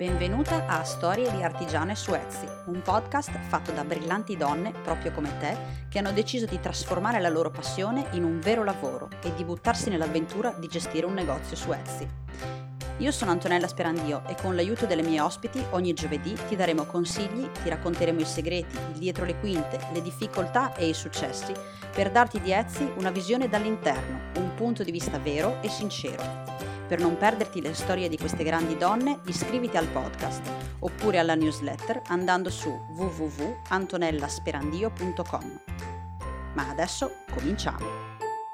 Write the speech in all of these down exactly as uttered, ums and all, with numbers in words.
Benvenuta a Storie di Artigiane su Etsy, un podcast fatto da brillanti donne, proprio come te, che hanno deciso di trasformare la loro passione in un vero lavoro e di buttarsi nell'avventura di gestire un negozio su Etsy. Io sono Antonella Sperandio e con l'aiuto delle mie ospiti ogni giovedì ti daremo consigli, ti racconteremo i segreti, il dietro le quinte, le difficoltà e i successi per darti di Etsy una visione dall'interno, un punto di vista vero e sincero. Per non perderti le storie di queste grandi donne, iscriviti al podcast oppure alla newsletter andando su w w w punto antonellasperandio punto com. Ma adesso cominciamo!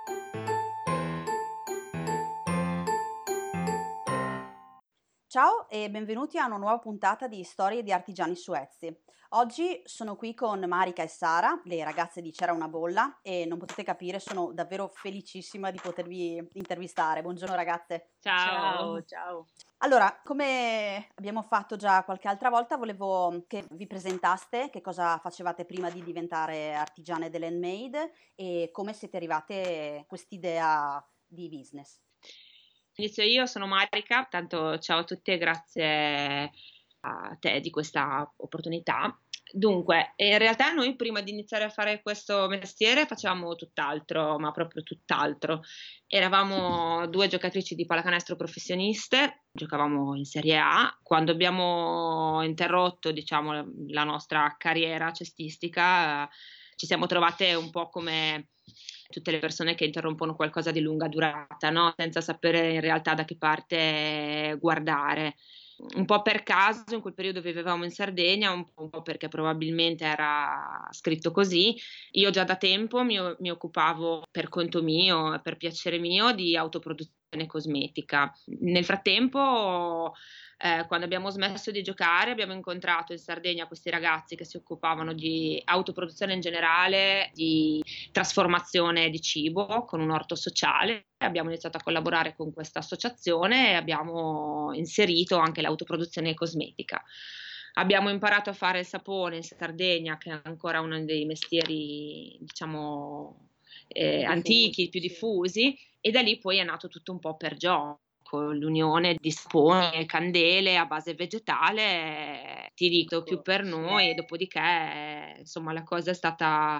Ciao e benvenuti a una nuova puntata di Storie di Artigiani su Etsy. Oggi sono qui con Marica e Sara, le ragazze di C'era una bolla, e non potete capire, sono davvero felicissima di potervi intervistare. Buongiorno ragazze. Ciao, ciao. Allora, come abbiamo fatto già qualche altra volta, volevo che vi presentaste che cosa facevate prima di diventare artigiane dell'handmade e come siete arrivate a quest'idea di business. Inizio io, sono Marica, tanto ciao a tutti e grazie a te di questa opportunità. Dunque, in realtà noi prima di iniziare a fare questo mestiere facevamo tutt'altro, ma proprio tutt'altro. Eravamo due giocatrici di pallacanestro professioniste, giocavamo in Serie A. Quando abbiamo interrotto, diciamo, la nostra carriera cestistica, ci siamo trovate un po' come tutte le persone che interrompono qualcosa di lunga durata, no? Senza sapere in realtà da che parte guardare. Un po' per caso, in quel periodo vivevamo in Sardegna, un po', un po' perché probabilmente era scritto così. Io già da tempo mi, mi occupavo per conto mio e per piacere mio di autoproduzione cosmetica. Nel frattempo, eh, quando abbiamo smesso di giocare, abbiamo incontrato in Sardegna questi ragazzi che si occupavano di autoproduzione in generale, di trasformazione di cibo con un orto sociale. Abbiamo iniziato a collaborare con questa associazione e abbiamo inserito anche l'autoproduzione cosmetica. Abbiamo imparato a fare il sapone in Sardegna, che è ancora uno dei mestieri, diciamo, eh, antichi, più diffusi, e da lì poi è nato tutto un po' per gioco. L'unione di saponi e candele a base vegetale, ti dico, più per noi, e dopodiché, insomma, la cosa è stata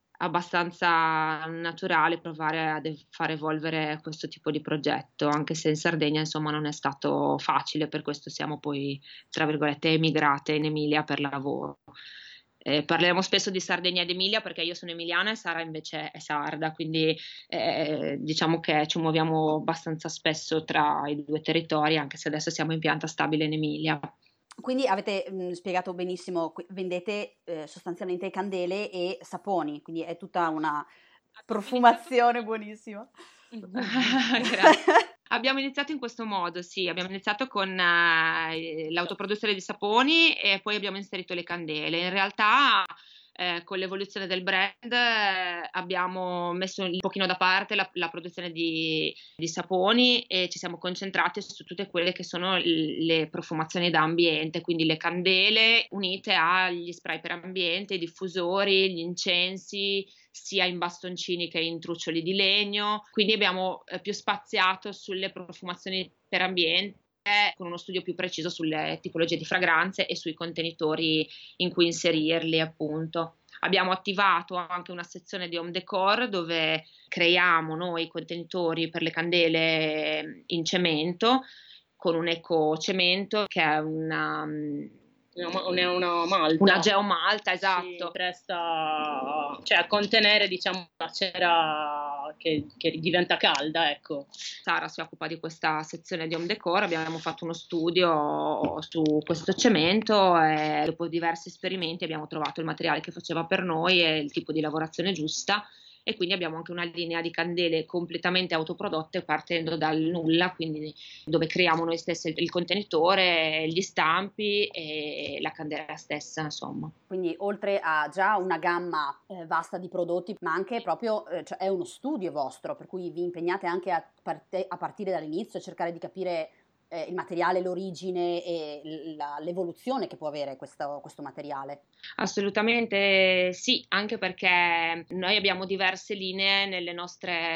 abbastanza naturale provare a de- far evolvere questo tipo di progetto, anche se in Sardegna insomma non è stato facile, per questo siamo poi tra virgolette emigrate in Emilia per lavoro. Eh, parleremo spesso di Sardegna ed Emilia perché io sono emiliana e Sara invece è sarda, quindi eh, diciamo che ci muoviamo abbastanza spesso tra i due territori, anche se adesso siamo in pianta stabile in Emilia. Quindi avete mh, spiegato benissimo, vendete eh, sostanzialmente candele e saponi, quindi è tutta una profumazione buonissima. Grazie. Abbiamo iniziato in questo modo, sì, abbiamo iniziato con uh, l'autoproduzione di saponi e poi abbiamo inserito le candele. In realtà eh, con l'evoluzione del brand eh, abbiamo messo un pochino da parte la, la produzione di, di saponi e ci siamo concentrati su tutte quelle che sono l- le profumazioni da ambiente, quindi le candele unite agli spray per ambiente, i diffusori, gli incensi, sia in bastoncini che in truccioli di legno, quindi abbiamo eh, più spaziato sulle profumazioni per ambiente con uno studio più preciso sulle tipologie di fragranze e sui contenitori in cui inserirli, appunto. Abbiamo attivato anche una sezione di home decor dove creiamo noi contenitori per le candele in cemento con un eco cemento che è una Una, una, una malta. Una geomalta, esatto. Si presta, cioè, a contenere, diciamo, la cera che, che diventa calda, ecco. Sara si occupa di questa sezione di home decor, abbiamo fatto uno studio su questo cemento e dopo diversi esperimenti abbiamo trovato il materiale che faceva per noi e il tipo di lavorazione giusta. E quindi abbiamo anche una linea di candele completamente autoprodotte partendo dal nulla, quindi dove creiamo noi stessi il contenitore, gli stampi e la candela stessa, insomma. Quindi oltre a già una gamma eh, vasta di prodotti, ma anche proprio, eh, cioè è uno studio vostro, per cui vi impegnate anche a, parte- a partire dall'inizio, a cercare di capire eh, il materiale, l'origine e la, l'evoluzione che può avere questo, questo materiale. Assolutamente sì, anche perché noi abbiamo diverse linee nelle nostre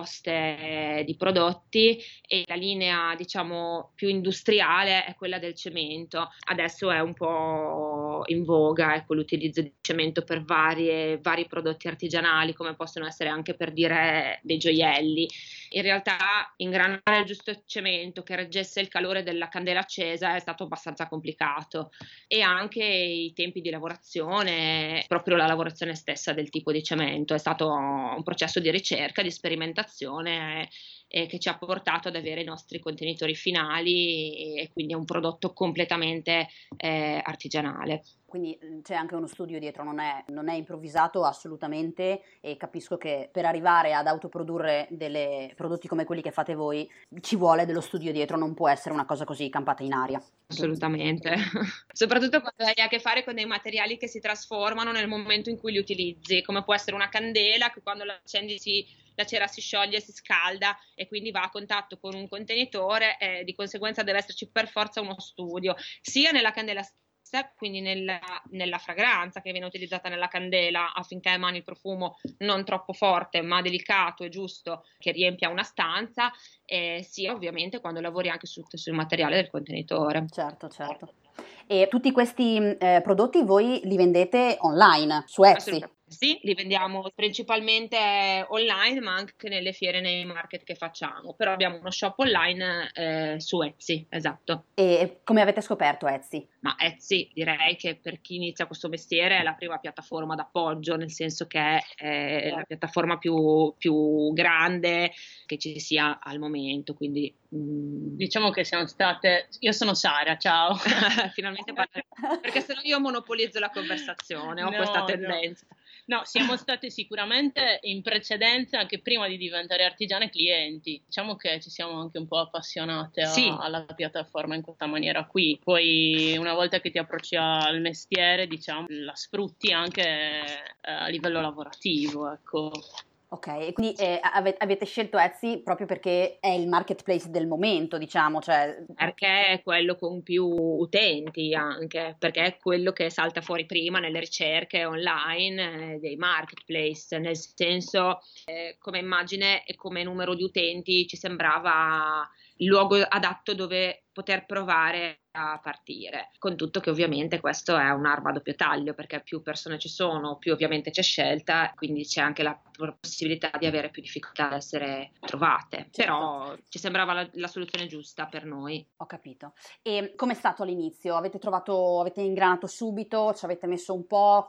proposte di prodotti e la linea, diciamo, più industriale è quella del cemento. Adesso è un po' in voga, ecco, l'utilizzo di cemento per varie, vari prodotti artigianali, come possono essere anche, per dire, dei gioielli. In realtà ingranare il giusto cemento che reggesse il calore della candela accesa è stato abbastanza complicato, e anche i tempi di lavorazione, proprio la lavorazione stessa del tipo di cemento, è stato un processo di ricerca, di sperimentazione eh, che ci ha portato ad avere i nostri contenitori finali, e quindi è un prodotto completamente eh, artigianale. Quindi c'è anche uno studio dietro, non è, non è improvvisato assolutamente, e capisco che per arrivare ad autoprodurre dei prodotti come quelli che fate voi ci vuole dello studio dietro, non può essere una cosa così campata in aria. Assolutamente, soprattutto quando hai a che fare con dei materiali che si trasformano nel momento in cui li utilizzi, come può essere una candela che quando la accendi si, la cera si scioglie, si scalda e quindi va a contatto con un contenitore, e di conseguenza deve esserci per forza uno studio, sia nella candela stessa, quindi nella, nella fragranza che viene utilizzata nella candela, affinché emani il profumo non troppo forte ma delicato e giusto che riempia una stanza, e sia ovviamente quando lavori anche sul, sul materiale del contenitore. Certo, certo. E tutti questi eh, prodotti voi li vendete online, su Etsy? Sì, li vendiamo principalmente online, ma anche nelle fiere, nei market che facciamo, però abbiamo uno shop online eh, su Etsy, esatto. E come avete scoperto Etsy? Ma Etsy, direi che per chi inizia questo mestiere è la prima piattaforma d'appoggio, nel senso che è la piattaforma più, più grande che ci sia al momento, quindi mm. diciamo che siamo state, io sono Sara, ciao. Finalmente parlo, perché sennò io monopolizzo la conversazione, ho no, questa tendenza. No. No, siamo state sicuramente in precedenza, anche prima di diventare artigiane, clienti. Diciamo che ci siamo anche un po' appassionate a, sì. alla piattaforma in questa maniera qui. Poi una volta che ti approcci al mestiere, diciamo, la sfrutti anche eh, a livello lavorativo, ecco. Ok, e quindi eh, avete scelto Etsy proprio perché è il marketplace del momento, diciamo, cioè... Perché è quello con più utenti anche, perché è quello che salta fuori prima nelle ricerche online eh, dei marketplace, nel senso eh, come immagine e come numero di utenti ci sembrava il luogo adatto dove poter provare a partire, con tutto che ovviamente questo è un'arma a doppio taglio, perché più persone ci sono, più ovviamente c'è scelta, quindi c'è anche la possibilità di avere più difficoltà ad essere trovate, certo. Però ci sembrava la, la soluzione giusta per noi. Ho capito. E com'è stato all'inizio? Avete trovato, avete ingranato subito? Ci avete messo un po'?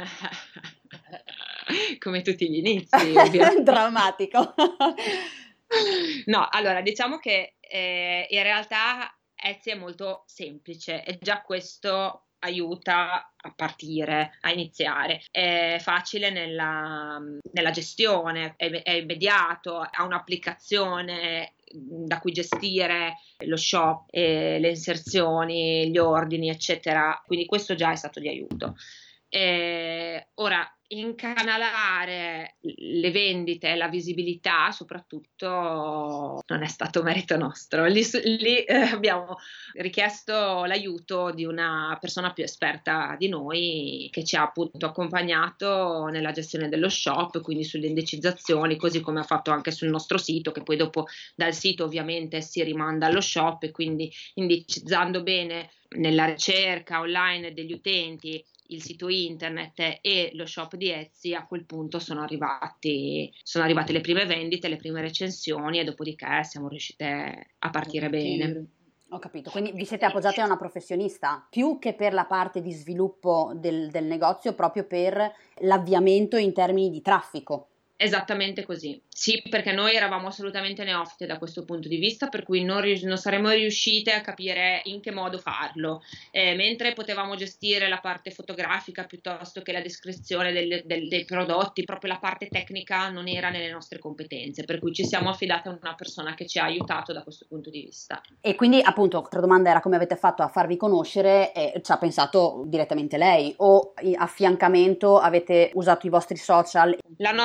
Come tutti gli inizi, ovviamente. Drammatico. No, allora diciamo che eh, in realtà Etsy è molto semplice e già questo aiuta a partire, a iniziare. È facile nella, nella gestione, è, è immediato, ha un'applicazione da cui gestire lo shop, eh, le inserzioni, gli ordini, eccetera. Quindi questo già è stato di aiuto. Eh, ora, incanalare le vendite, la visibilità soprattutto non è stato merito nostro. Lì, lì eh, abbiamo richiesto l'aiuto di una persona più esperta di noi che ci ha appunto accompagnato nella gestione dello shop, quindi sulle indicizzazioni, così come ha fatto anche sul nostro sito, che poi dopo dal sito ovviamente si rimanda allo shop, e quindi indicizzando bene nella ricerca online degli utenti il sito internet e lo shop di Etsy, a quel punto sono arrivati sono arrivate le prime vendite, le prime recensioni, e dopodiché siamo riuscite a partire bene. Ho capito, quindi vi siete appoggiati a una professionista più che per la parte di sviluppo del, del negozio, proprio per l'avviamento in termini di traffico. Esattamente così, sì, perché noi eravamo assolutamente neofite da questo punto di vista, per cui non, ri- non saremmo riuscite a capire in che modo farlo, eh, mentre potevamo gestire la parte fotografica piuttosto che la descrizione del, del, dei prodotti, proprio la parte tecnica non era nelle nostre competenze, per cui ci siamo affidate a una persona che ci ha aiutato da questo punto di vista. E quindi appunto, altra domanda era come avete fatto a farvi conoscere, e ci ha pensato direttamente lei, o a fiancamento avete usato i vostri social? La nostra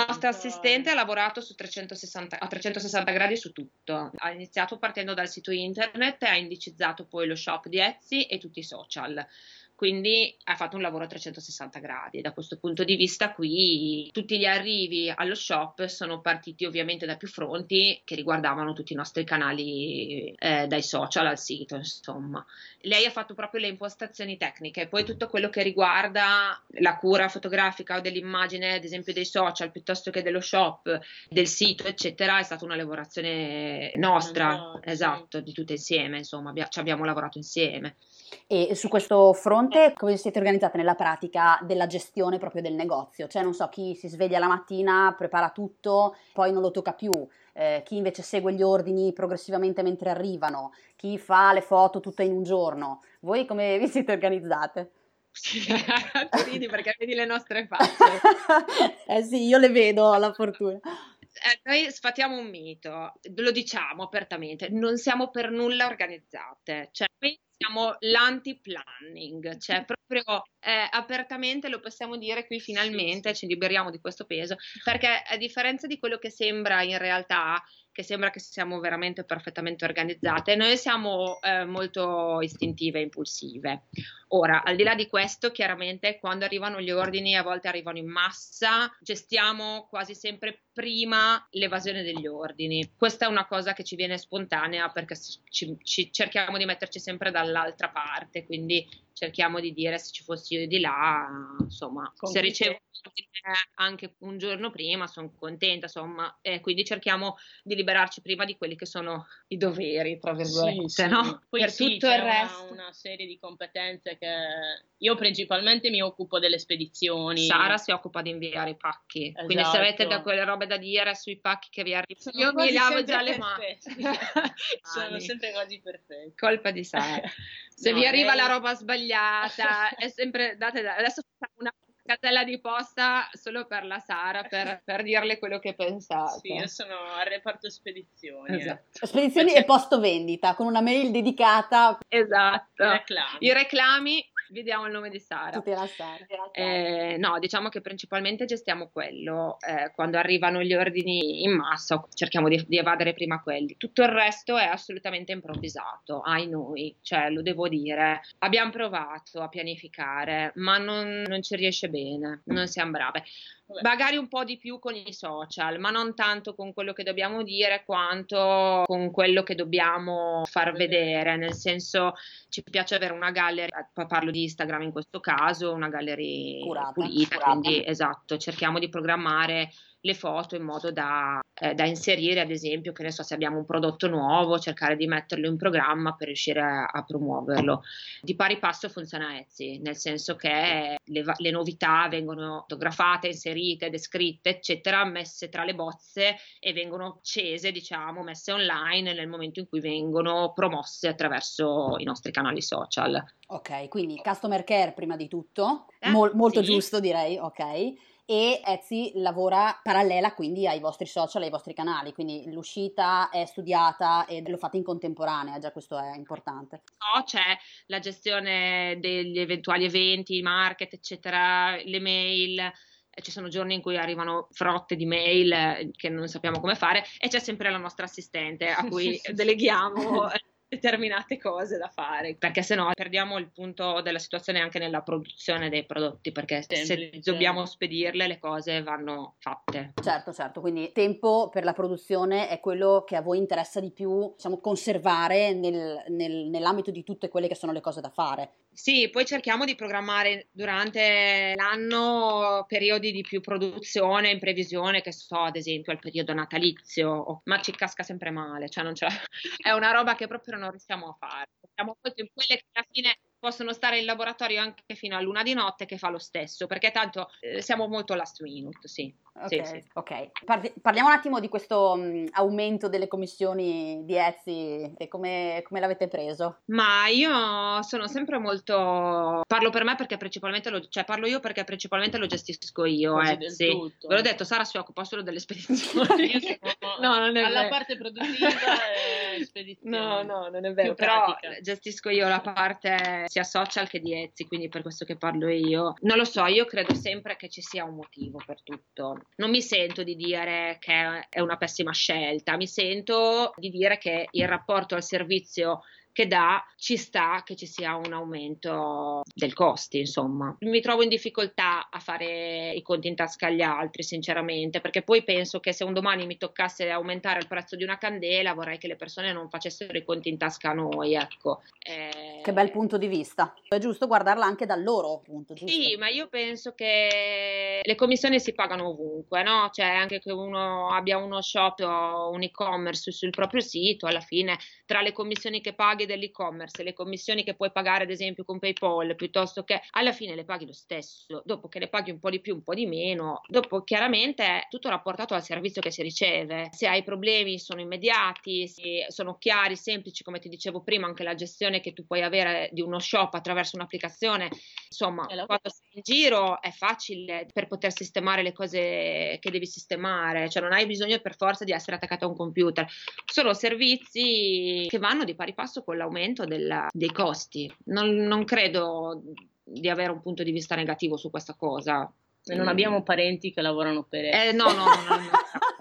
assistente ha lavorato su trecentosessanta, a trecentosessanta gradi su tutto. Ha iniziato partendo dal sito internet, ha indicizzato poi lo shop di Etsy e tutti i social. Quindi ha fatto un lavoro a trecentosessanta gradi. Da questo punto di vista qui tutti gli arrivi allo shop sono partiti ovviamente da più fronti che riguardavano tutti i nostri canali, eh, dai social al sito, insomma. Lei ha fatto proprio le impostazioni tecniche, poi tutto quello che riguarda la cura fotografica o dell'immagine, ad esempio dei social, piuttosto che dello shop, del sito, eccetera, è stata una lavorazione nostra, No, esatto, di tutte insieme, insomma, abbia- ci abbiamo lavorato insieme. E su questo fronte come siete organizzate nella pratica della gestione proprio del negozio? Cioè non so, chi si sveglia la mattina, prepara tutto, poi non lo tocca più, eh, chi invece segue gli ordini progressivamente mentre arrivano, chi fa le foto tutto in un giorno. Voi come vi siete organizzate? Tu ridi perché vedi le nostre facce. Eh sì, io le vedo, ho la fortuna. Eh, noi sfatiamo un mito, lo diciamo apertamente, non siamo per nulla organizzate, cioè noi siamo l'anti-planning, cioè proprio eh, apertamente lo possiamo dire qui finalmente, Sì, sì. ci liberiamo di questo peso, perché a differenza di quello che sembra in realtà, che sembra che siamo veramente perfettamente organizzate, noi siamo eh, molto istintive e impulsive. Ora, al di là di questo, chiaramente quando arrivano gli ordini, a volte arrivano in massa, gestiamo quasi sempre prima l'evasione degli ordini. Questa è una cosa che ci viene spontanea perché ci, ci cerchiamo di metterci sempre dall'altra parte, quindi cerchiamo di dire se ci fossi io di là, insomma, Con se chi ricevo anche un giorno prima sono contenta, insomma, e quindi cerchiamo di liberarci prima di quelli che sono i doveri, tra virgolette, Sì, sì. no? Poi Per sì, tutto c'è il una, resto. una serie di competenze che io principalmente mi occupo delle spedizioni. Sara si occupa di inviare i pacchi, Esatto. quindi se avete da quelle robe da dire sui pacchi che vi arrivano, Sono io mi quasi lavo sempre già le mani. perfetti. Sono Mani. sempre quasi perfetti. Colpa di Sara. Se No, vi arriva lei- la roba sbagliata, è sempre date da... Adesso facciamo una cartella di posta solo per la Sara, per, per dirle quello che pensate. Sì, io sono al reparto spedizioni. Esatto. eh. Spedizioni Poi e c'è- posto vendita con una mail dedicata. Esatto. I reclami. I reclami, vediamo il nome di Sara. Tutela Sara. Eh, no, diciamo che principalmente gestiamo quello, eh, quando arrivano gli ordini in massa cerchiamo di, di evadere prima quelli, tutto il resto è assolutamente improvvisato, ai noi, cioè lo devo dire, abbiamo provato a pianificare ma non, non ci riesce bene, non siamo brave. Vabbè. Magari un po' di più con i social, ma non tanto con quello che dobbiamo dire quanto con quello che dobbiamo far vedere, nel senso ci piace avere una gallery, parlo di Instagram in questo caso, una gallery Curata, pulita, curata. quindi esatto, cerchiamo di programmare le foto in modo da, eh, da inserire, ad esempio, che ne so, se abbiamo un prodotto nuovo, cercare di metterlo in programma per riuscire a, a promuoverlo. Di pari passo funziona Etsy, nel senso che le, le novità vengono fotografate, inserite, descritte, eccetera, messe tra le bozze e vengono accese, diciamo, messe online nel momento in cui vengono promosse attraverso i nostri canali social. Ok, quindi customer care prima di tutto, Eh, mol- molto sì. giusto direi, ok. E Etsy lavora parallela quindi ai vostri social, ai vostri canali, quindi l'uscita è studiata e lo fate in contemporanea, già questo è importante. No, c'è la gestione degli eventuali eventi, market, eccetera, le mail. eh, Ci sono giorni in cui arrivano frotte di mail eh, che non sappiamo come fare e c'è sempre la nostra assistente a cui deleghiamo determinate cose da fare, perché sennò perdiamo il punto della situazione anche nella produzione dei prodotti, perché Semplice. se dobbiamo spedirle le cose vanno fatte. Certo, certo, quindi tempo per la produzione è quello che a voi interessa di più, diciamo, conservare nel- nel- nell'ambito di tutte quelle che sono le cose da fare. Sì, poi cerchiamo di programmare durante l'anno periodi di più produzione in previsione, che so, ad esempio al periodo natalizio, ma ci casca sempre male, cioè non ce la... è una roba che proprio non riusciamo a fare. Siamo molto in quelle che alla fine possono stare in laboratorio anche fino a luna di notte, che fa lo stesso, perché tanto eh, siamo molto last minute, sì. Ok, Sì, sì. ok. Parli- parliamo un attimo di questo mh, aumento delle commissioni di Etsy e come, come l'avete preso? Ma io sono sempre molto, parlo per me perché principalmente lo, cioè parlo io perché principalmente lo gestisco io, Quasi del Etsy. tutto. Ve l'ho detto, Sara si occupa solo delle spedizioni. Io sono No, non è alla vero. parte produttiva e spedizioni. No, no, non è vero, Più però pratica. gestisco io la parte sia social che di Etsy, quindi per questo che parlo io. Non lo so, io credo sempre che ci sia un motivo per tutto. non mi sento di dire che è una pessima scelta, mi sento di dire che il rapporto al servizio che dà, ci sta che ci sia un aumento del costi, insomma. Mi trovo in difficoltà a fare i conti in tasca agli altri, sinceramente, perché poi penso che se un domani mi toccasse aumentare il prezzo di una candela, vorrei che le persone non facessero i conti in tasca a noi, ecco. Eh... Che bel punto di vista. È giusto guardarla anche dal loro punto, giusto? Sì, ma io penso che le commissioni si pagano ovunque, no? Cioè anche che uno abbia uno shop o un e-commerce sul proprio sito, alla fine tra le commissioni che paghi dell'e-commerce e le commissioni che puoi pagare ad esempio con PayPal, piuttosto che alla fine le paghi lo stesso, dopo che le paghi un po' di più, un po' di meno, dopo chiaramente è tutto rapportato al servizio che si riceve. Se hai problemi sono immediati, sono chiari, semplici, come ti dicevo prima, anche la gestione che tu puoi avere di uno shop attraverso un'applicazione, insomma, quando sei in giro è facile per poter sistemare le cose che devi sistemare, cioè non hai bisogno per forza di essere attaccato a un computer, sono servizi che vanno di pari passo con l'aumento della, dei costi. Non, non credo di avere un punto di vista negativo su questa cosa. E non abbiamo parenti che lavorano per eh, no, no, no, no, no.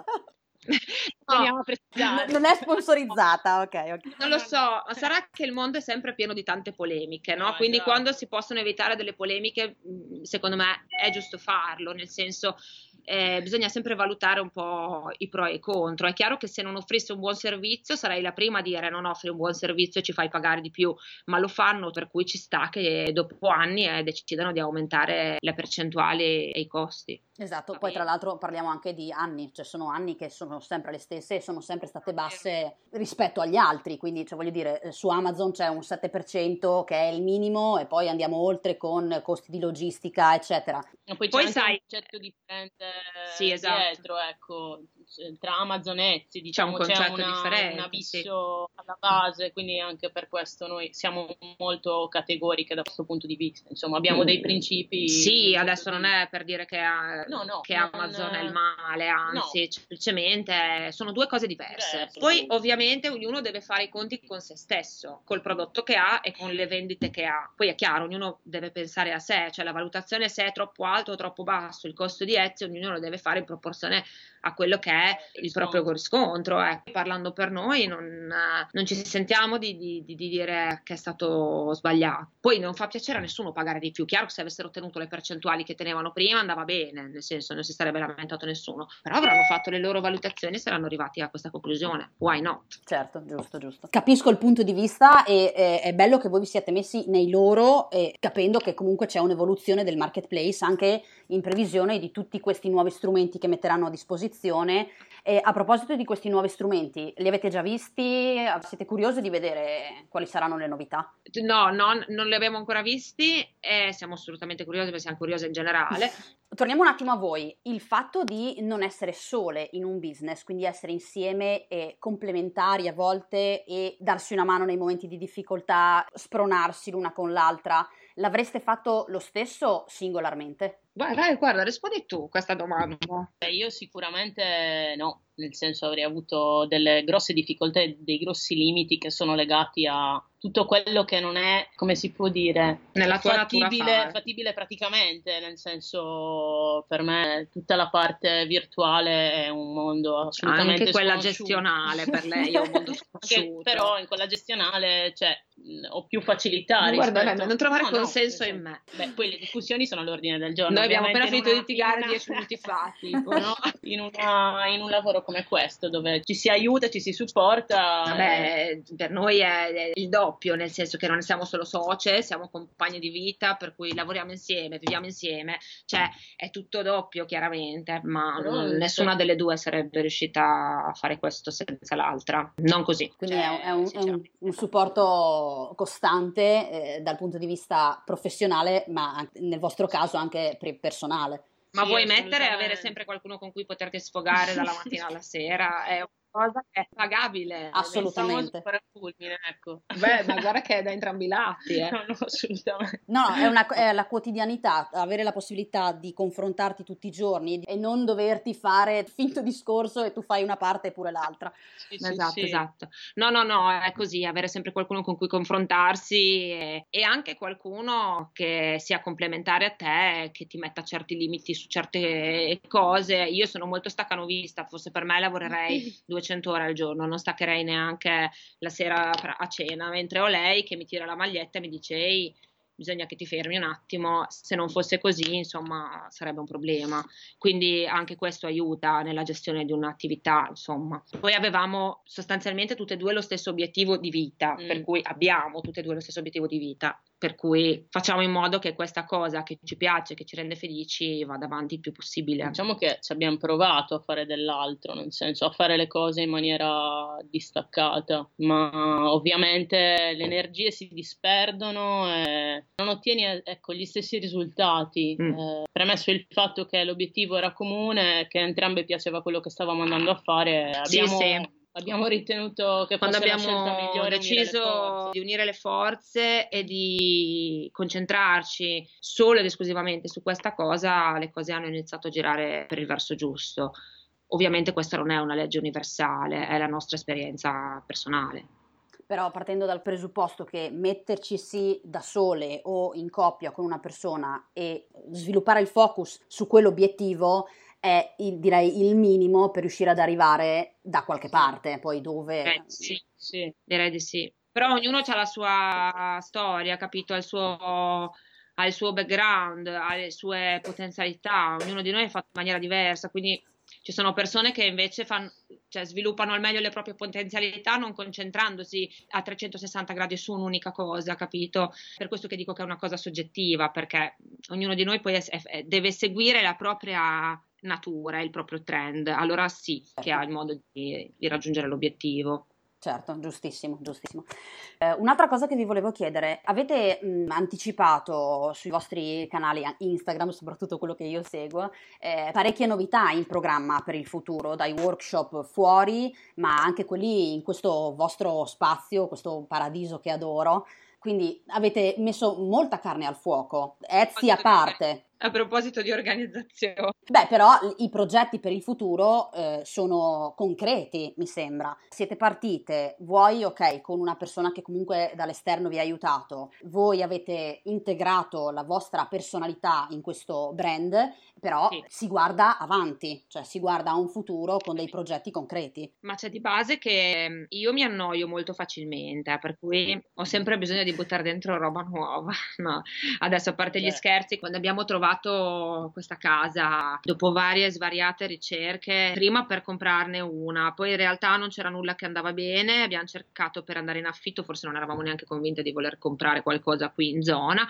No, non è sponsorizzata, ok, ok. Non lo so, sarà che il mondo è sempre pieno di tante polemiche, no? no Quindi esatto. Quando si possono evitare delle polemiche, secondo me è giusto farlo, nel senso eh, bisogna sempre valutare un po' i pro e i contro. È chiaro che se non offrisse un buon servizio sarei la prima a dire non offri un buon servizio e ci fai pagare di più, ma lo fanno, per cui ci sta che dopo anni eh, decidano di aumentare le percentuali e i costi. Esatto, poi tra l'altro parliamo anche di anni, cioè sono anni che sono sempre le stesse e sono sempre state basse rispetto agli altri, quindi cioè, voglio dire, su Amazon c'è un sette per cento che è il minimo e poi andiamo oltre con costi di logistica, eccetera. E poi c'è poi anche sai, un concetto differente sì, esatto. dietro, ecco, tra Amazon e Etsy, diciamo, c'è, un c'è una, differente, un abisso sì. alla base, quindi anche per questo noi siamo molto categoriche da questo punto di vista, insomma abbiamo dei principi. Sì, adesso non è per dire che, no, no, che non, Amazon è il male, anzi, no. semplicemente sono due cose diverse. Diverso. Poi ovviamente ognuno deve fare i conti con se stesso, col prodotto che ha e con le vendite che ha. Poi è chiaro, ognuno deve pensare a sé, cioè la valutazione se è troppo alto o troppo basso, il costo di Etsy ognuno lo deve fare in proporzione a quello che è il proprio riscontro. Eh. Parlando per noi non, non ci sentiamo di, di, di dire che è stato sbagliato. Poi non fa piacere a nessuno pagare di più. Chiaro che se avessero ottenuto le percentuali che tenevano prima andava bene, nel senso non si sarebbe lamentato nessuno, però avranno fatto le loro valutazioni e saranno arrivati a questa conclusione. Why not? Certo, giusto, giusto. Capisco il punto di vista e eh, è bello che voi vi siate messi nei loro, eh, capendo che comunque c'è un'evoluzione del marketplace anche in previsione di tutti questi nuovi strumenti che metteranno a disposizione. E a proposito di questi nuovi strumenti, li avete già visti? Siete curiosi di vedere quali saranno le novità? No, no, non li abbiamo ancora visti e siamo assolutamente curiosi, perché siamo curiosi in generale. Torniamo un attimo a voi. Il fatto di non essere sole in un business, quindi essere insieme e complementari a volte e darsi una mano nei momenti di difficoltà, spronarsi l'una con l'altra, l'avreste fatto lo stesso singolarmente? Vai, vai, guarda, rispondi tu a questa domanda. Io sicuramente no, nel senso avrei avuto delle grosse difficoltà e dei grossi limiti che sono legati a tutto quello che non è, come si può dire, nella tua fattibile, fattibile praticamente, nel senso per me tutta la parte virtuale è un mondo assolutamente anche quella sconosciuto. Gestionale per lei è un mondo sconosciuto. Però in quella gestionale cioè, ho più facilità guarda, rispetto... me, non trovare no, consenso no, in me. Beh, poi le discussioni sono all'ordine del giorno. Noi abbiamo appena finito una, di litigare una... dieci minuti fa, tipo, no? in, una, in un lavoro come questo dove ci si aiuta, ci si supporta. Vabbè, e... per noi è, è il doppio, nel senso che non siamo solo socie, siamo compagni di vita, per cui lavoriamo insieme, viviamo insieme, cioè è tutto doppio chiaramente, ma Però, nessuna cioè... delle due sarebbe riuscita a fare questo senza l'altra, non così. Quindi cioè, è, un, è un, un supporto costante eh, dal punto di vista professionale, ma nel vostro caso anche personale. Ma sì, vuoi mettere e avere sempre qualcuno con cui poterti sfogare dalla mattina alla sera? È cosa che è pagabile. Assolutamente. Fulmine, ecco. Beh, ma guarda che è da entrambi i lati, eh. No, no, assolutamente. No, no, è, una, è la quotidianità, avere la possibilità di confrontarti tutti i giorni e non doverti fare finto discorso e tu fai una parte e pure l'altra. Sì, sì, esatto, sì. esatto. No, no, no, è così, avere sempre qualcuno con cui confrontarsi e, e anche qualcuno che sia complementare a te, che ti metta certi limiti su certe cose. Io sono molto staccanovista, forse per me lavorerei duecento ore al giorno, non staccherei neanche la sera a cena, mentre ho lei che mi tira la maglietta e mi dice ehi, bisogna che ti fermi un attimo, se non fosse così insomma sarebbe un problema, quindi anche questo aiuta nella gestione di un'attività, insomma. Poi avevamo sostanzialmente tutte e due lo stesso obiettivo di vita, mm. per cui abbiamo tutte e due lo stesso obiettivo di vita, per cui facciamo in modo che questa cosa che ci piace, che ci rende felici vada avanti il più possibile. Diciamo che ci abbiamo provato a fare dell'altro, nel senso a fare le cose in maniera distaccata, ma ovviamente le energie si disperdono e non ottieni ecco, gli stessi risultati. Mm. Eh, premesso il fatto che l'obiettivo era comune, che a entrambe piaceva quello che stavamo andando a fare, abbiamo, sì, sì. abbiamo ritenuto che quando fosse abbiamo la scelta migliore deciso di unire le forze e di concentrarci solo ed esclusivamente su questa cosa, le cose hanno iniziato a girare per il verso giusto. Ovviamente questa non è una legge universale, è la nostra esperienza personale. Però partendo dal presupposto che metterci sì da sole o in coppia con una persona e sviluppare il focus su quell'obiettivo è il, direi il minimo per riuscire ad arrivare da qualche parte, poi dove... Eh, sì, sì, direi di sì. Però ognuno ha la sua storia, capito? Ha il suo, ha il suo background, ha le sue potenzialità, ognuno di noi è fatto in maniera diversa, quindi... Ci sono persone che invece fanno, cioè, sviluppano al meglio le proprie potenzialità non concentrandosi a trecentosessanta gradi su un'unica cosa, capito? Per questo che dico che è una cosa soggettiva, perché ognuno di noi poi è, è, deve seguire la propria natura, il proprio trend, allora sì che ha il modo di, di raggiungere l'obiettivo. Certo, giustissimo, giustissimo. Eh, un'altra cosa che vi volevo chiedere, avete mh, anticipato sui vostri canali Instagram, soprattutto quello che io seguo, eh, parecchie novità in programma per il futuro, dai workshop fuori, ma anche quelli in questo vostro spazio, questo paradiso che adoro. Quindi avete messo molta carne al fuoco, Etsy a parte. A proposito di organizzazione. Beh, però i progetti per il futuro eh, sono concreti, mi sembra. Siete partite, voi, ok, con una persona che comunque dall'esterno vi ha aiutato, voi avete integrato la vostra personalità in questo brand, però sì. Si guarda avanti, cioè si guarda a un futuro con dei progetti concreti. Ma c'è di base che io mi annoio molto facilmente, per cui ho sempre bisogno di buttare dentro roba nuova. No. Adesso, a parte gli scherzi, quando abbiamo trovato questa casa, dopo varie svariate ricerche, prima per comprarne una, poi in realtà non c'era nulla che andava bene, abbiamo cercato per andare in affitto, forse non eravamo neanche convinte di voler comprare qualcosa qui in zona,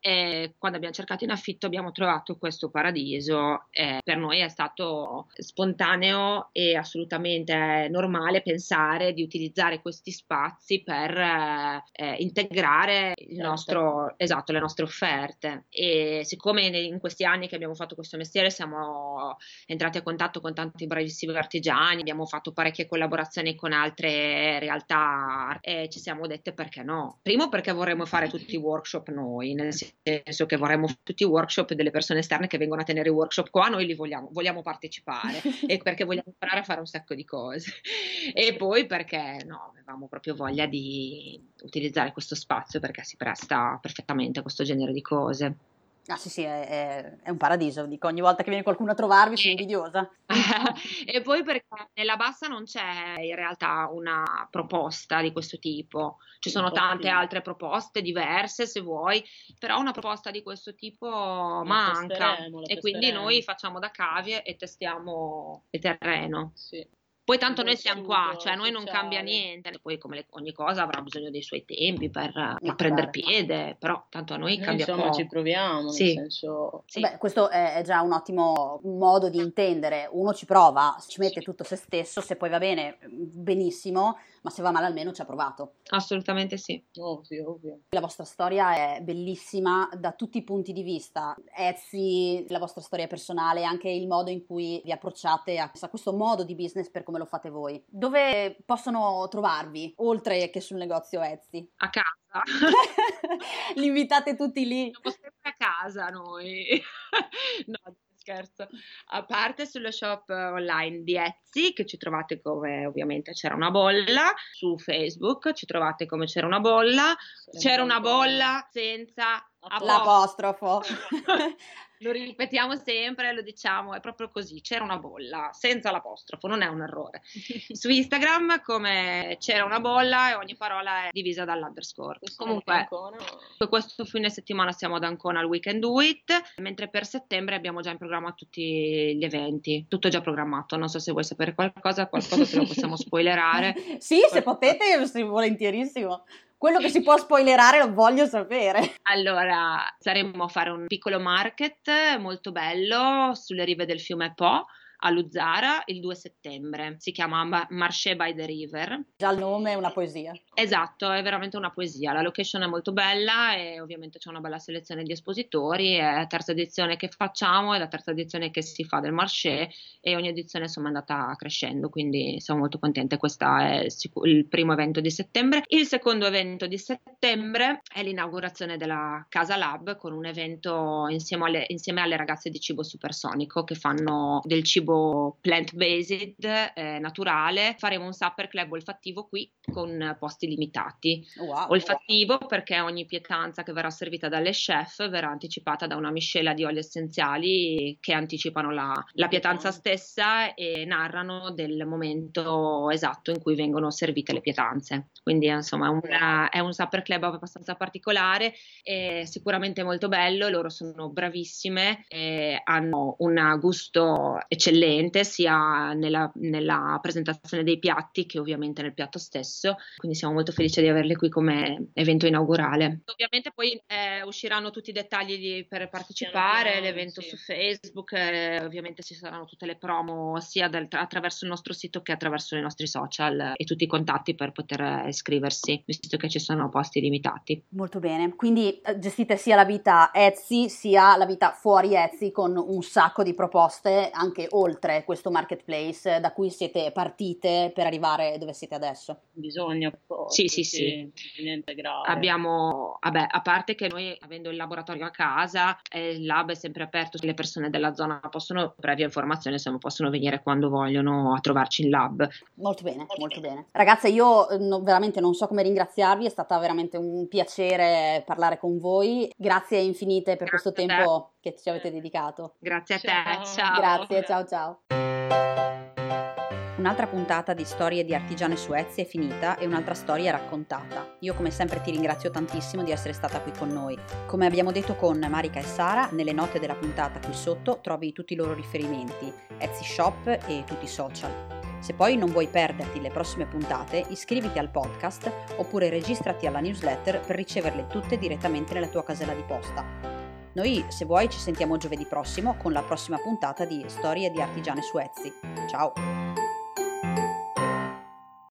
e quando abbiamo cercato in affitto abbiamo trovato questo paradiso. E per noi è stato spontaneo e assolutamente normale pensare di utilizzare questi spazi per eh, integrare il nostro, esatto, le nostre offerte. E siccome in questi anni che abbiamo fatto questo mestiere siamo entrati a contatto con tanti bravissimi artigiani, abbiamo fatto parecchie collaborazioni con altre realtà e ci siamo dette perché no. Primo perché vorremmo fare tutti i workshop noi, nel senso che vorremmo tutti i workshop delle persone esterne che vengono a tenere i workshop qua, noi li vogliamo, vogliamo partecipare e perché vogliamo imparare a fare un sacco di cose. E poi perché no, avevamo proprio voglia di utilizzare questo spazio perché si presta perfettamente a questo genere di cose. Ah sì sì, è, è, è un paradiso, dico, ogni volta che viene qualcuno a trovarvi sono invidiosa. E poi perché nella Bassa non c'è in realtà una proposta di questo tipo, ci sono tante altre proposte diverse se vuoi, però una proposta di questo tipo la manca e quindi noi facciamo da cavie e testiamo il terreno. Sì. Poi tanto noi siamo qua, cioè noi non cambia niente, poi come le, ogni cosa avrà bisogno dei suoi tempi per, per prendere piede, però tanto a noi, noi cambia insomma poco. Ci proviamo, nel sì. senso... Sì. Beh, questo è già un ottimo modo di intendere, uno ci prova, ci mette sì. tutto se stesso, se poi va bene, benissimo, ma se va male almeno ci ha provato. Assolutamente sì. Ovvio, ovvio. La vostra storia è bellissima da tutti i punti di vista, Etsy, la vostra storia personale, anche il modo in cui vi approcciate a questo modo di business per come lo fate voi. Dove possono trovarvi, oltre che sul negozio Etsy? A casa. Li invitate tutti lì? Siamo sempre a casa noi. No, scherzo. A parte sullo shop online di Etsy, che ci trovate come ovviamente c'era una bolla, su Facebook ci trovate come c'era una bolla, c'era una bolla senza l'apostrofo. Lo ripetiamo sempre, lo diciamo, è proprio così, c'era una bolla, senza l'apostrofo, non è un errore. Su Instagram come c'era una bolla e ogni parola è divisa dall'underscore. Comunque, questo fine settimana siamo ad Ancona al Weekend Do It, mentre per settembre abbiamo già in programma tutti gli eventi, tutto già programmato, non so se vuoi sapere qualcosa, qualcosa te lo possiamo spoilerare. Sì, se potete, io sono volentierissimo. Quello che si può spoilerare lo voglio sapere. Allora, saremo a fare un piccolo market molto bello sulle rive del fiume Po a Luzzara il due settembre. Si chiama Marché by the River. Già il nome è una poesia. Esatto, è veramente una poesia. La location è molto bella e ovviamente c'è una bella selezione di espositori. È la terza edizione che facciamo, è la terza edizione che si fa del Marché e ogni edizione insomma è andata crescendo, quindi siamo molto contente. Questo è il primo evento di settembre. Il secondo evento di settembre è l'inaugurazione della Casa Lab con un evento insieme alle, insieme alle ragazze di Cibo Supersonico che fanno del cibo plant-based, eh, naturale. Faremo un supper club olfattivo qui con posti limitati. Wow, olfattivo wow. Perché ogni pietanza che verrà servita dalle chef verrà anticipata da una miscela di oli essenziali che anticipano la, la pietanza stessa e narrano del momento esatto in cui vengono servite le pietanze. Quindi insomma una, è un supper club abbastanza particolare e sicuramente molto bello. Loro sono bravissime e hanno un gusto eccellente sia nella, nella presentazione dei piatti che ovviamente nel piatto stesso, quindi siamo molto felici di averle qui come evento inaugurale. Ovviamente poi eh, usciranno tutti i dettagli di, per partecipare, piano, l'evento sì. Su Facebook, eh, ovviamente ci saranno tutte le promo sia dal, attraverso il nostro sito che attraverso i nostri social e tutti i contatti per poter iscriversi, visto che ci sono posti limitati. Molto bene, quindi eh, gestite sia la vita Etsy sia la vita fuori Etsy con un sacco di proposte anche oltre questo marketplace da cui siete partite per arrivare dove siete adesso. Bisogna sì sì sì, sì. Niente grave. Abbiamo vabbè a parte che noi avendo il laboratorio a casa eh, il lab è sempre aperto, le persone della zona possono previa informazione insomma possono venire quando vogliono a trovarci in lab. Molto bene, molto, molto bene. bene ragazze, io no, veramente non so come ringraziarvi, è stata veramente un piacere parlare con voi, grazie infinite per grazie questo tempo che ci avete dedicato. Grazie a te, ciao, ciao. Grazie, ciao ciao. Un'altra puntata di Storie di Artigiane su Etsy è finita e un'altra storia è raccontata. Io come sempre ti ringrazio tantissimo di essere stata qui con noi. Come abbiamo detto con Marica e Sara, nelle note della puntata qui sotto trovi tutti i loro riferimenti, Etsy Shop e tutti i social. Se poi non vuoi perderti le prossime puntate, iscriviti al podcast oppure registrati alla newsletter per riceverle tutte direttamente nella tua casella di posta. Noi, se vuoi, ci sentiamo giovedì prossimo con la prossima puntata di Storie di Artigiane su Etsy. Ciao!